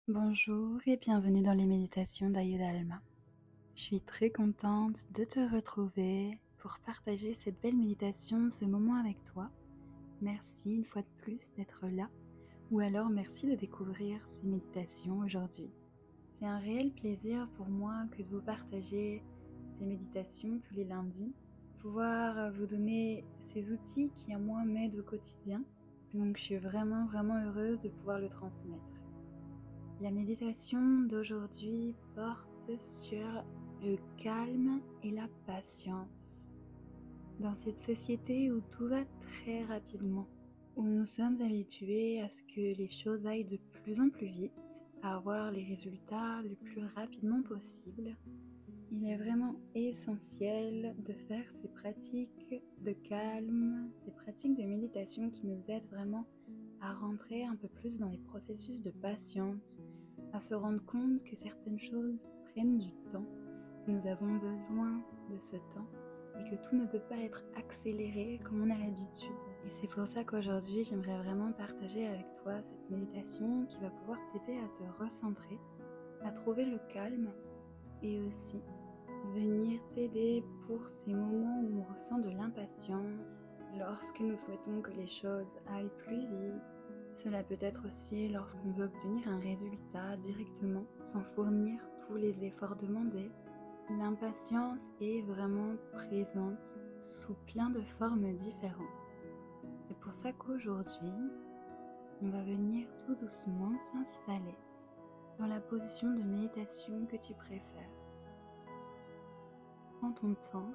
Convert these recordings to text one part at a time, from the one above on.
Bonjour et bienvenue dans les méditations d'Ayuda Alma. Je suis très contente de te retrouver pour partager cette belle méditation, ce moment avec toi. Merci une fois de plus d'être là, ou alors merci de découvrir ces méditations aujourd'hui. C'est un réel plaisir pour moi que de vous partager ces méditations tous les lundis, pouvoir vous donner ces outils qui à moi m'aident au quotidien. Donc je suis vraiment heureuse de pouvoir le transmettre. La méditation d'aujourd'hui porte sur le calme et la patience. Dans cette société où tout va très rapidement, où nous sommes habitués à ce que les choses aillent de plus en plus vite, à avoir les résultats le plus rapidement possible, il est vraiment essentiel de faire ces pratiques de calme, ces pratiques de méditation qui nous aident vraiment à rentrer un peu plus dans les processus de patience, à se rendre compte que certaines choses prennent du temps, que nous avons besoin de ce temps et que tout ne peut pas être accéléré comme on a l'habitude. Et c'est pour ça qu'aujourd'hui, j'aimerais vraiment partager avec toi cette méditation qui va pouvoir t'aider à te recentrer, à trouver le calme et aussi venir t'aider pour ces moments où on ressent de l'impatience, lorsque nous souhaitons que les choses aillent plus vite. Cela peut être aussi lorsqu'on veut obtenir un résultat directement sans fournir tous les efforts demandés. L'impatience est vraiment présente sous plein de formes différentes. C'est pour ça qu'aujourd'hui, on va venir tout doucement s'installer dans la position de méditation que tu préfères. Prends ton temps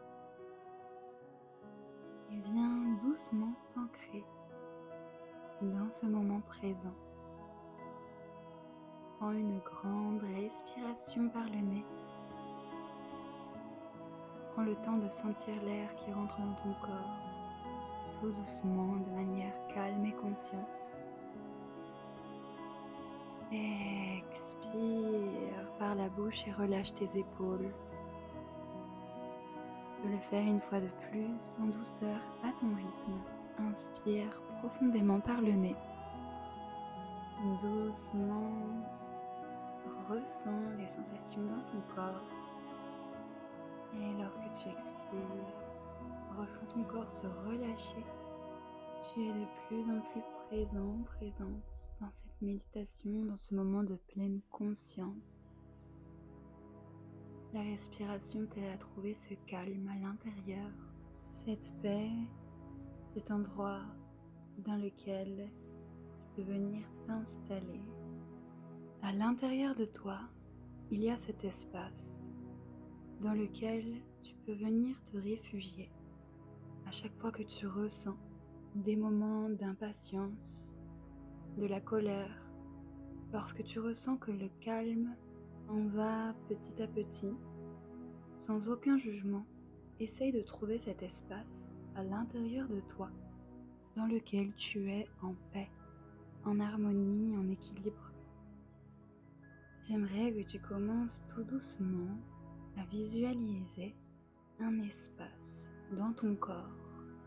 et viens doucement t'ancrer dans ce moment présent. Prends une grande respiration par le nez. Prends le temps de sentir l'air qui rentre dans ton corps, tout doucement, de manière calme et consciente. Expire par la bouche et relâche tes épaules. Tu peux le faire une fois de plus, en douceur, à ton rythme. Inspire profondément par le nez. Doucement, ressens les sensations dans ton corps. Et lorsque tu expires, ressens ton corps se relâcher. Tu es de plus en plus présente dans cette méditation, dans ce moment de pleine conscience. La respiration t'aide à trouver ce calme à l'intérieur, cette paix, cet endroit dans lequel tu peux venir t'installer. À l'intérieur de toi, il y a cet espace dans lequel tu peux venir te réfugier à chaque fois que tu ressens des moments d'impatience, de la colère, lorsque tu ressens que le calme en va petit à petit, sans aucun jugement, essaye de trouver cet espace à l'intérieur de toi, dans lequel tu es en paix, en harmonie, en équilibre. J'aimerais que tu commences tout doucement à visualiser un espace dans ton corps.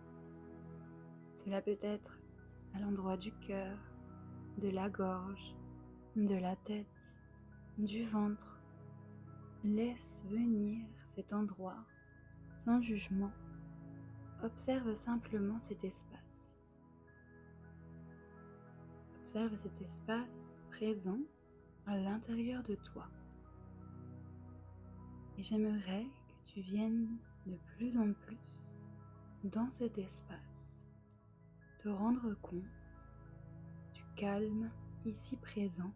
Cela peut être à l'endroit du cœur, de la gorge, de la tête, du ventre. Laisse venir cet endroit sans jugement. Observe simplement cet espace. Observe cet espace présent à l'intérieur de toi. Et j'aimerais que tu viennes de plus en plus dans cet espace, te rendre compte du calme ici présent,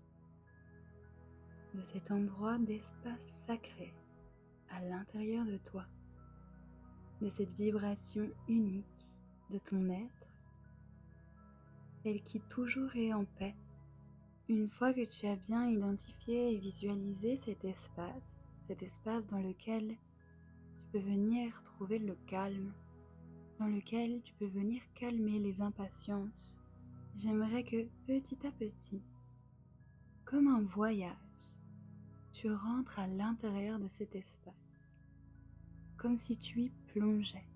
de cet endroit d'espace sacré à l'intérieur de toi, de cette vibration unique de ton être, celle qui toujours est en paix. Une fois que tu as bien identifié et visualisé cet espace dans lequel tu peux venir trouver le calme, dans lequel tu peux venir calmer les impatiences, j'aimerais que petit à petit, comme un voyage, tu rentres à l'intérieur de cet espace, comme si tu y plongeais.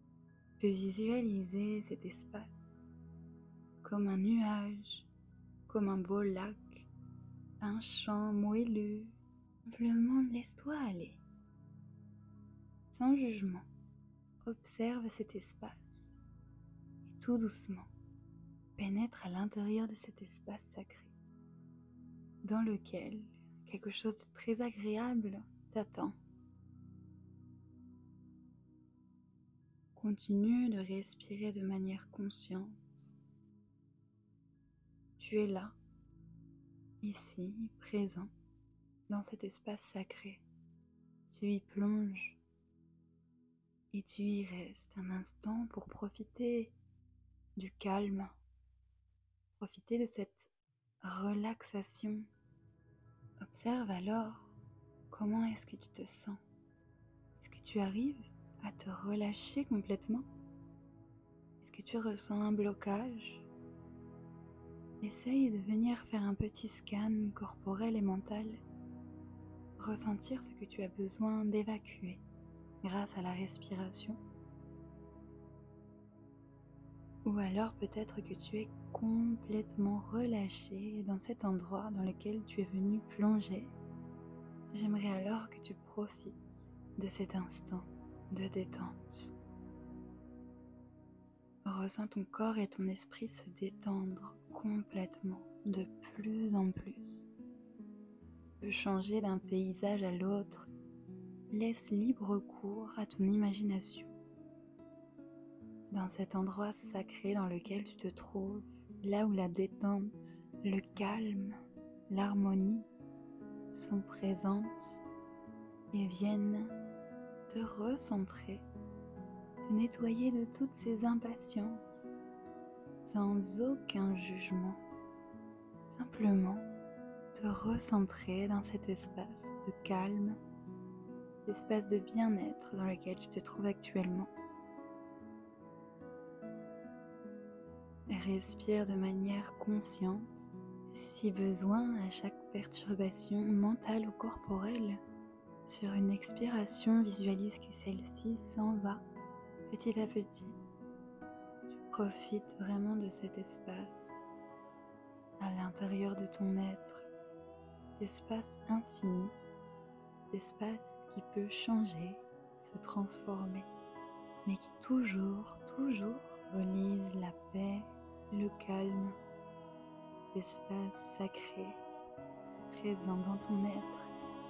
Tu peux visualiser cet espace comme un nuage comme un beau lac, un champ moelleux. Simplement laisse-toi aller, sans jugement. Observe cet espace et tout doucement pénètre à l'intérieur de cet espace sacré dans lequel quelque chose de très agréable t'attend. Continue de respirer de manière consciente. Tu es là, ici, présent, dans cet espace sacré. Tu y plonges et tu y restes un instant pour profiter du calme, profiter de cette relaxation. Observe alors comment est-ce que tu te sens. Est-ce que tu arrives à te relâcher complètement? Est-ce que tu ressens un blocage? Essaye de venir faire un petit scan corporel et mental, ressentir ce que tu as besoin d'évacuer grâce à la respiration. Ou alors peut-être que tu es complètement relâché dans cet endroit dans lequel tu es venu plonger. J'aimerais alors que tu profites de cet instant de détente. Ressens ton corps et ton esprit se détendre complètement, de plus en plus. Tu peux changer d'un paysage à l'autre. Laisse libre cours à ton imagination. Dans cet endroit sacré dans lequel tu te trouves, là où la détente, le calme, l'harmonie sont présentes et viennent te recentrer, te nettoyer de toutes ces impatiences, sans aucun jugement, simplement te recentrer dans cet espace de calme, cet espace de bien-être dans lequel tu te trouves actuellement. Respire de manière consciente. Si besoin, à chaque perturbation mentale ou corporelle, sur une expiration, visualise que celle-ci s'en va petit à petit. Tu profites vraiment de cet espace à l'intérieur de ton être, cet espace infini, cet espace qui peut changer, se transformer, mais qui toujours relise la paix, le calme, l'espace sacré présent dans ton être.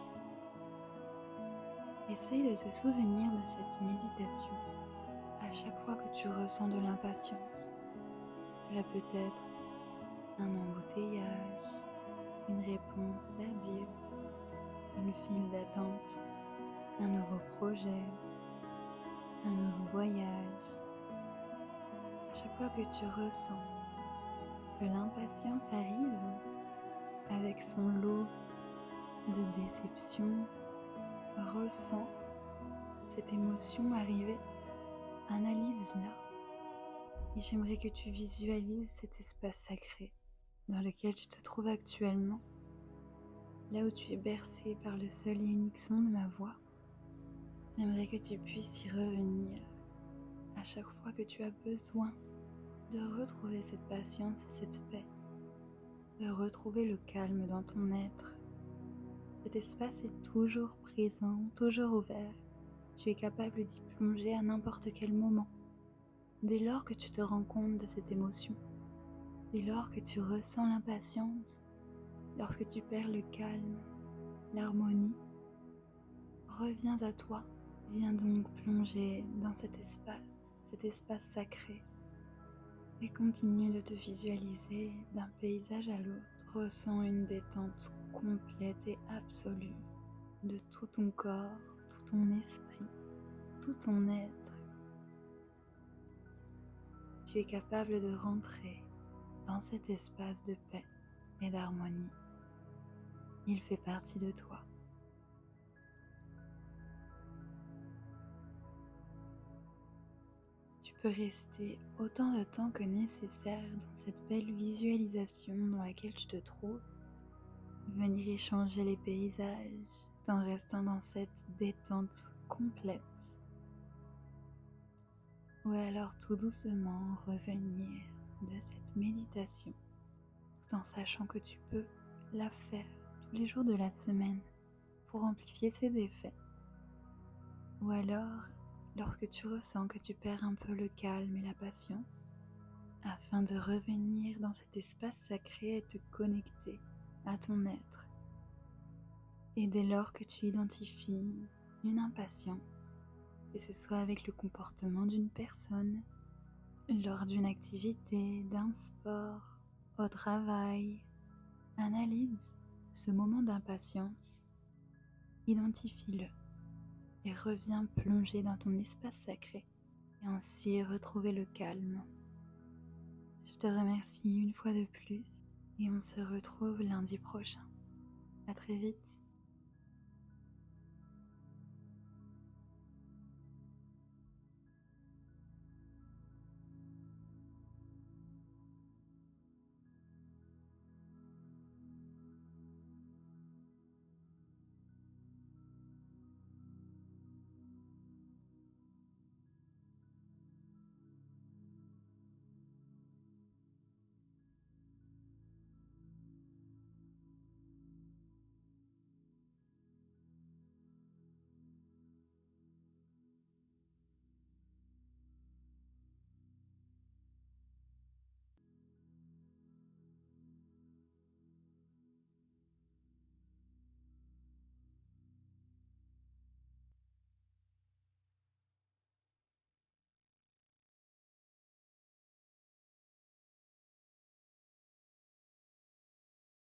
Essaye de te souvenir de cette méditation à chaque fois que tu ressens de l'impatience. Cela peut être un embouteillage, une réponse tardive, une file d'attente, un nouveau projet, un nouveau voyage. À chaque fois que tu ressens que l'impatience arrive avec son lot de déception, ressens cette émotion arriver, analyse-la et j'aimerais que tu visualises cet espace sacré dans lequel tu te trouves actuellement, là où tu es bercé par le seul et unique son de ma voix. J'aimerais que tu puisses y revenir à chaque fois que tu as besoin de retrouver cette patience et cette paix, de retrouver le calme dans ton être. Cet espace est toujours présent, toujours ouvert. Tu es capable d'y plonger à n'importe quel moment. Dès lors que tu te rends compte de cette émotion, dès lors que tu ressens l'impatience, lorsque tu perds le calme, l'harmonie, reviens à toi. Viens donc plonger dans cet espace sacré et continue de te visualiser d'un paysage à l'autre. Ressens une détente complète et absolue de tout ton corps, tout ton esprit, tout ton être. Tu es capable de rentrer dans cet espace de paix et d'harmonie. Il fait partie de toi. Tu peux rester autant de temps que nécessaire dans cette belle visualisation dans laquelle tu te trouves, venir échanger les paysages tout en restant dans cette détente complète. Ou alors tout doucement revenir de cette méditation tout en sachant que tu peux la faire tous les jours de la semaine pour amplifier ses effets. Ou alors, lorsque tu ressens que tu perds un peu le calme et la patience, afin de revenir dans cet espace sacré et te connecter à ton être. Et dès lors que tu identifies une impatience, que ce soit avec le comportement d'une personne, lors d'une activité, d'un sport, au travail, analyse ce moment d'impatience, identifie-le et reviens plonger dans ton espace sacré et ainsi retrouver le calme. Je te remercie une fois de plus et on se retrouve lundi prochain. À très vite.